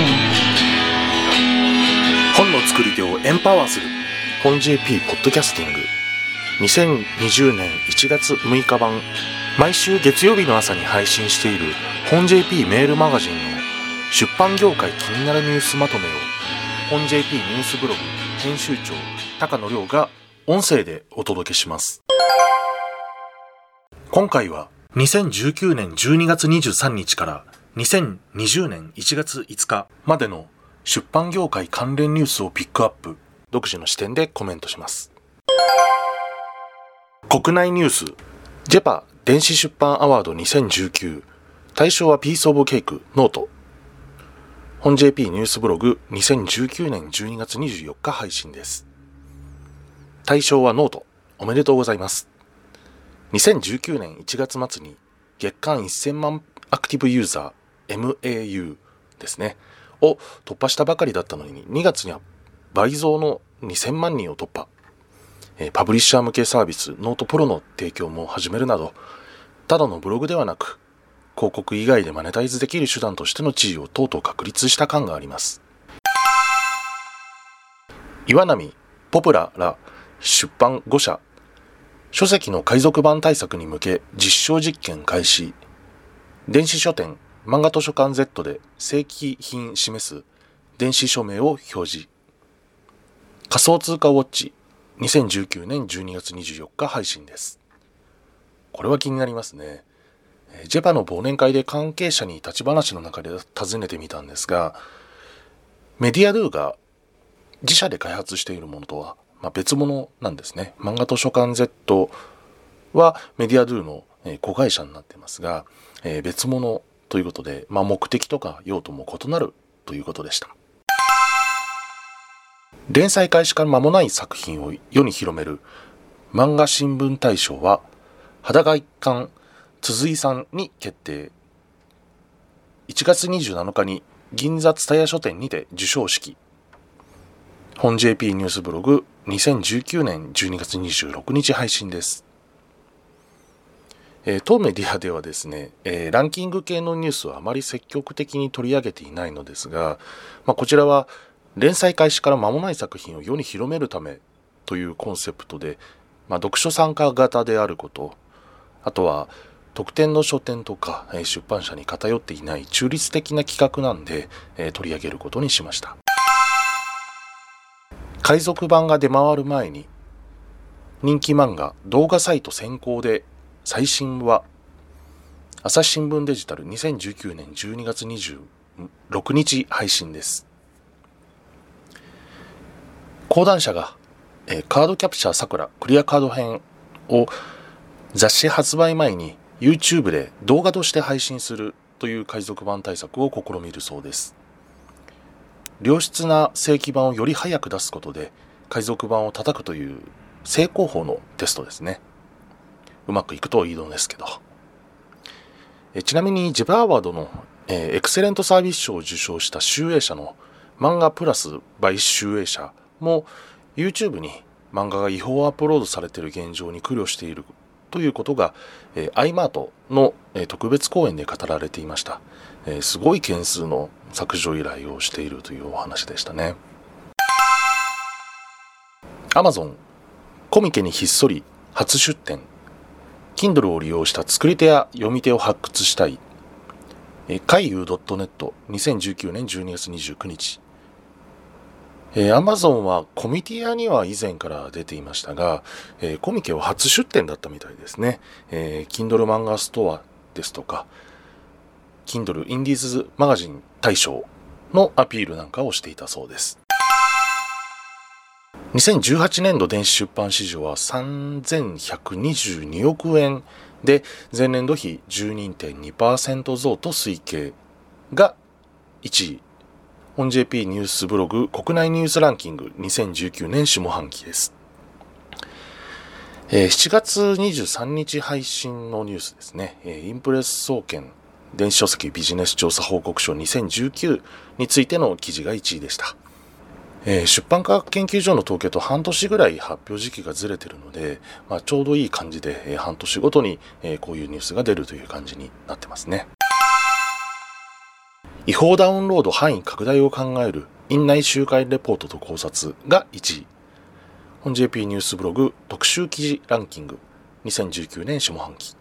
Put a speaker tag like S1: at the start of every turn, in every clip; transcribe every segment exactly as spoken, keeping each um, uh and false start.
S1: 本の作り手をエンパワーする本 ジェーピー ポッドキャスティングにせんにじゅうねんいちがつむいか版、毎週月曜日の朝に配信している本 ジェーピー メールマガジンの出版業界気になるニュースまとめを本 ジェーピー ニュースブログ編集長高野亮が音声でお届けします。今回はにせんじゅうきゅうねんじゅうにがつにじゅうさんにちからにせんにじゅうねんいちがついつかまでの出版業界関連ニュースをピックアップ、独自の視点でコメントします。国内ニュース、ジェパ電子出版アワードにせんじゅうきゅう、対象はピースオブケイクノート。本 ジェーピー ニュースブログにせんじゅうきゅうねんじゅうにがつにじゅうよっか配信です。対象はノート。おめでとうございます。にせんじゅうきゅうねんいちがつまつに月間せんまんアクティブユーザー エムエーユー ですねを突破したばかりだったのに、にがつには倍増のにせんまんにんを突破。パブリッシャー向けサービスノートプロの提供も始めるなど、ただのブログではなく広告以外でマネタイズできる手段としての地位をとうとう確立した感があります。岩波ポプラら出版ごしゃ、書籍の海賊版対策に向け実証実験開始。電子書店漫画図書館 Z で正規品示す電子署名を表示。仮想通貨ウォッチにせんじゅうきゅうねんじゅうにがつにじゅうよっか配信です。これは気になりますね。ジェパの忘年会で関係者に立ち話の中で尋ねてみたんですが、メディアドゥが自社で開発しているものとは、まあ、別物なんですね。漫画図書館 Z はメディアドゥの子会社になっていますが、えー、別物ということで、まあ、目的とか用途も異なるということでした。連載開始から間もない作品を世に広める漫画新聞大賞は裸一貫鈴井さんに決定。いちがつにじゅうなのかに銀座蔦屋書店にて授賞式。本 ジェーピー ニュースブログにせんじゅうきゅうねんじゅうにがつにじゅうろくにち配信です。えー、当メディアではですね、えー、ランキング系のニュースはあまり積極的に取り上げていないのですが、まあ、こちらは連載開始から間もない作品を世に広めるためというコンセプトで、まあ、読書参加型であること、あとは特典の書店とか、えー、出版社に偏っていない中立的な企画なんで、えー、取り上げることにしました。海賊版が出回る前に人気漫画動画サイト先行で最新は朝日新聞デジタルにせんじゅうきゅうねんじゅうにがつにじゅうろくにち配信です。講談社が、えー、カードキャプチャーさくらクリアカード編を雑誌発売前に YouTube で動画として配信するという海賊版対策を試みるそうです。良質な正規版をより早く出すことで海賊版を叩くという正攻法のテストですね。うまくいくといいのですけど。えちなみにジェパアワードの、えー、エクセレントサービス賞を受賞した集英社の漫画プラス by 集英社も YouTube に漫画が違法アップロードされている現状に苦慮しているということが、えー、アイマートの、えー、特別講演で語られていました。えー、すごい件数の削除依頼をしているというお話でしたね。Amazon コミケにひっそり初出展。Kindle を利用した作り手や読み手を発掘したい。海遊 .net にせんじゅうきゅうねんじゅうにがつにじゅうくにち。えー、Amazon はコミティアには以前から出ていましたが、えー、コミケは初出展だったみたいですね。えー、Kindle 漫画ストアですとか、Kindle インディーズマガジン大賞のアピールなんかをしていたそうです。にせんじゅうはちねんど電子出版市場はさんぜんひゃくにじゅうにおくえんで前年度比 じゅうにてんにパーセント 増と推計がいちい。本 ジェーピー ニュースブログ国内ニュースランキングにせんじゅうきゅうねん下半期です。えー、しちがつにじゅうさんにち配信のニュースですね。えー、インプレス総研電子書籍ビジネス調査報告書にせんじゅうきゅうについての記事がいちいでした。えー、出版科学研究所の統計と半年ぐらい発表時期がずれてるので、まあ、ちょうどいい感じで、えー、半年ごとに、えー、こういうニュースが出るという感じになってますね。 違法ダウンロード範囲拡大を考える院内集会レポートと考察がいちい。本 ジェーピー ニュースブログ特集記事ランキングにせんじゅうきゅうねん下半期。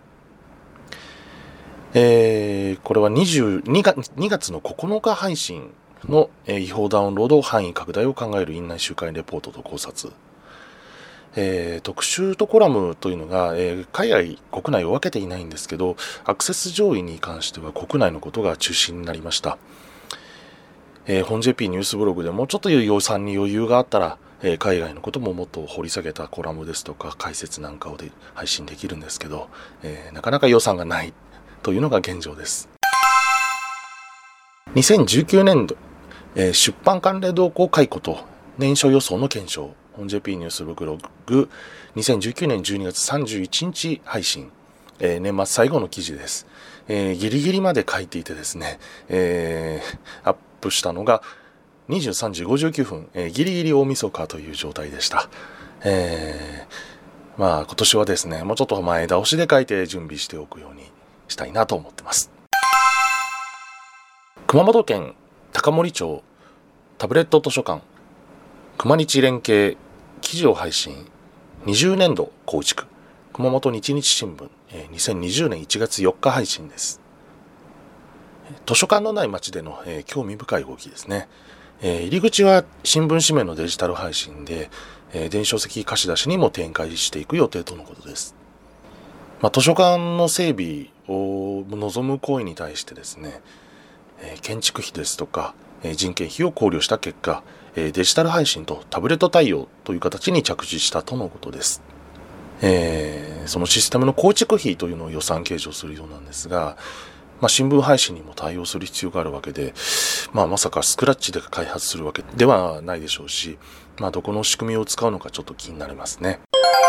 S1: えー、これはにじゅうにがつのここのか配信の、えー、違法ダウンロード範囲拡大を考える院内集会レポートと考察。えー、特集とコラムというのが、えー、海外国内を分けていないんですけど、アクセス上位に関しては国内のことが中心になりました。えー、本 ジェーピー ニュースブログでもちょっと予算に余裕があったら、えー、海外のことももっと掘り下げたコラムですとか解説なんかをで配信できるんですけど、えー、なかなか予算がないというのが現状です。にせんじゅうきゅうねんど、えー、出版関連動向解雇と年初予想の検証。本 ジェーピー ニュースブログにせんじゅうきゅうねんじゅうにがつさんじゅういちにち配信、えー、年末最後の記事です。えー、ギリギリまで書いていてですね、えー、アップしたのがにじゅうさんじごじゅうきゅうふん、えー、ギリギリ大晦日という状態でした。えー、まあ今年はですね、もうちょっと前倒しで書いて準備しておくようにしたいなと思ってます。熊本県高森町タブレット図書館熊日連携記事を配信にじゅうねんど構築熊本日日新聞、えー、にせんにじゅうねんいちがつよっか配信です。図書館のない街での、えー、興味深い動きですね。えー、入り口は新聞紙面のデジタル配信で、えー、電子書籍貸し出しにも展開していく予定とのことです。まあ、図書館の整備を望む行為に対してですね、えー、建築費ですとか、えー、人件費を考慮した結果、デジタル配信とタブレット対応という形に着地したとのことです。えー、そのシステムの構築費というのを予算計上するようなんですが、まあ、新聞配信にも対応する必要があるわけで、まあ、まさかスクラッチで開発するわけではないでしょうし、まあ、どこの仕組みを使うのかちょっと気になりますね。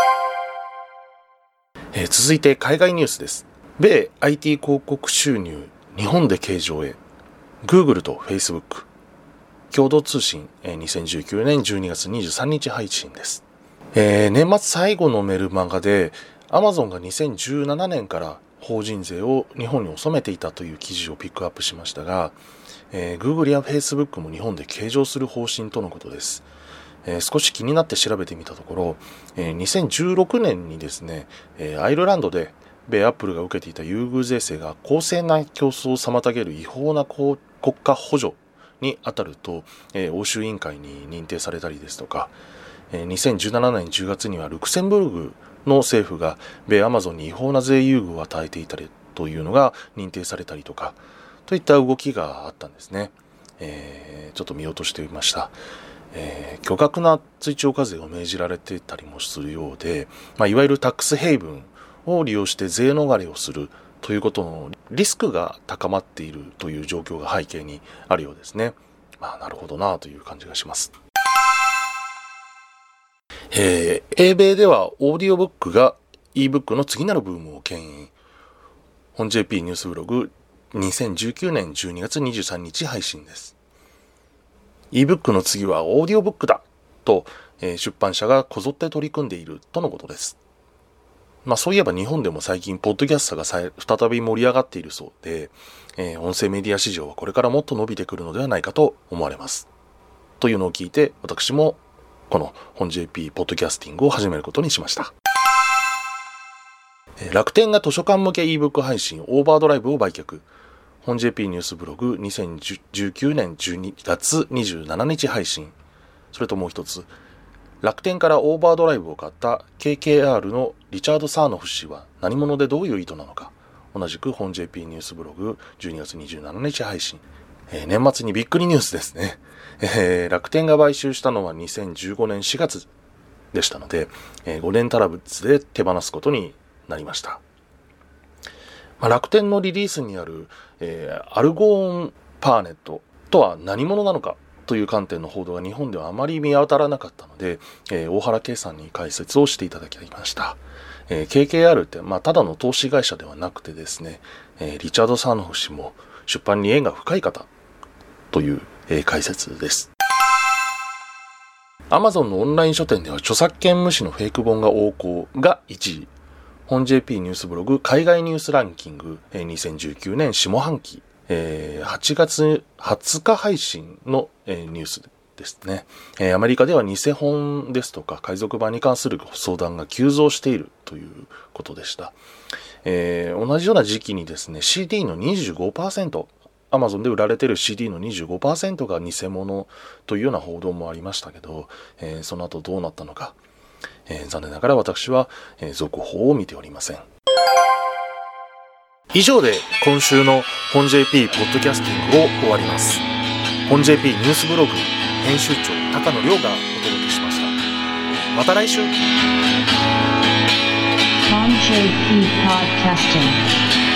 S1: えー、続いて海外ニュースです。米 アイティー 広告収入日本で計上へ Google と Facebook共同通信、えー、にせんじゅうきゅうねんじゅうにがつにじゅうさんにち配信です。えー、年末最後のメルマガで Amazon がにせんじゅうななねんから法人税を日本に納めていたという記事をピックアップしましたが、えー、Google や Facebook も日本で計上する方針とのことです。えー、少し気になって調べてみたところ、えー、にせんじゅうろくねんにですね、えー、アイルランドで米アップルが受けていた優遇税制が公正な競争を妨げる違法な国家補助に当たると、えー、欧州委員会に認定されたりですとか、えー、にせんじゅうななねんじゅうがつにはルクセンブルグの政府が米アマゾンに違法な税優遇を与えていたりというのが認定されたりとかといった動きがあったんですね。えー、ちょっと見落としていました。えー、巨額な追徴課税を命じられていたりもするようで、まあ、いわゆるタックスヘイブンを利用して税逃れをするということのリスクが高まっているという状況が背景にあるようですね。まあなるほどなという感じがします。えー、英米ではオーディオブックが ebook の次なるブームを牽引。本 ジェーピー ニュースブログにせんじゅうきゅうねんじゅうにがつにじゅうさんにち配信です。ebook の次はオーディオブックだと、えー、出版社がこぞって取り組んでいるとのことです。まあそういえば日本でも最近ポッドキャストが再び盛り上がっているそうで、えー、音声メディア市場はこれからもっと伸びてくるのではないかと思われます。というのを聞いて私もこの本 ジェーピー ポッドキャスティングを始めることにしました。えー、楽天が図書館向け ebook 配信オーバードライブを売却。本 ジェーピー ニュースブログにせんじゅうきゅうねんじゅうにがつにじゅうしちにち配信。それともう一つ。楽天からオーバードライブを買った ケーケーアール のリチャード・サーノフ氏は何者でどういう意図なのか。同じく本 ジェーピー ニュースブログじゅうにがつにじゅうしちにち配信。えー、年末にびっくりニュースですね、えー。楽天が買収したのはにせんじゅうごねんしがつでしたので、えー、ごねん足らずで手放すことになりました。まあ、楽天のリリースにある、えー、アルゴーンパーネットとは何者なのかという観点の報道が日本ではあまり見当たらなかったので、えー、大原圭さんに解説をしていただきました。えー、ケーケーアール って、まあ、ただの投資会社ではなくてですね、えー、リチャード・サーノフ氏も出版に縁が深い方という、えー、解説です。Amazon のオンライン書店では著作権無視のフェイク本が横行がいちい。本 ジェーピー ニュースブログ海外ニュースランキングにせんじゅうきゅうねん下半期えー、はちがつはつか配信の、えー、ニュースですね、えー。アメリカでは偽本ですとか海賊版に関する相談が急増しているということでした。えー、同じような時期にですね シーディー の にじゅうごパーセント、 Amazon で売られている シーディー の にじゅうごパーセント が偽物というような報道もありましたけど、えー、その後どうなったのか、えー、残念ながら私は、えー、続報を見ておりません。以上で今週の本 ジェーピー ポッドキャスティングを終わります。本 ジェーピー ニュースブログ編集長高野亮がお届けしました。また来週。
S2: 本 ジェーピー Podcasting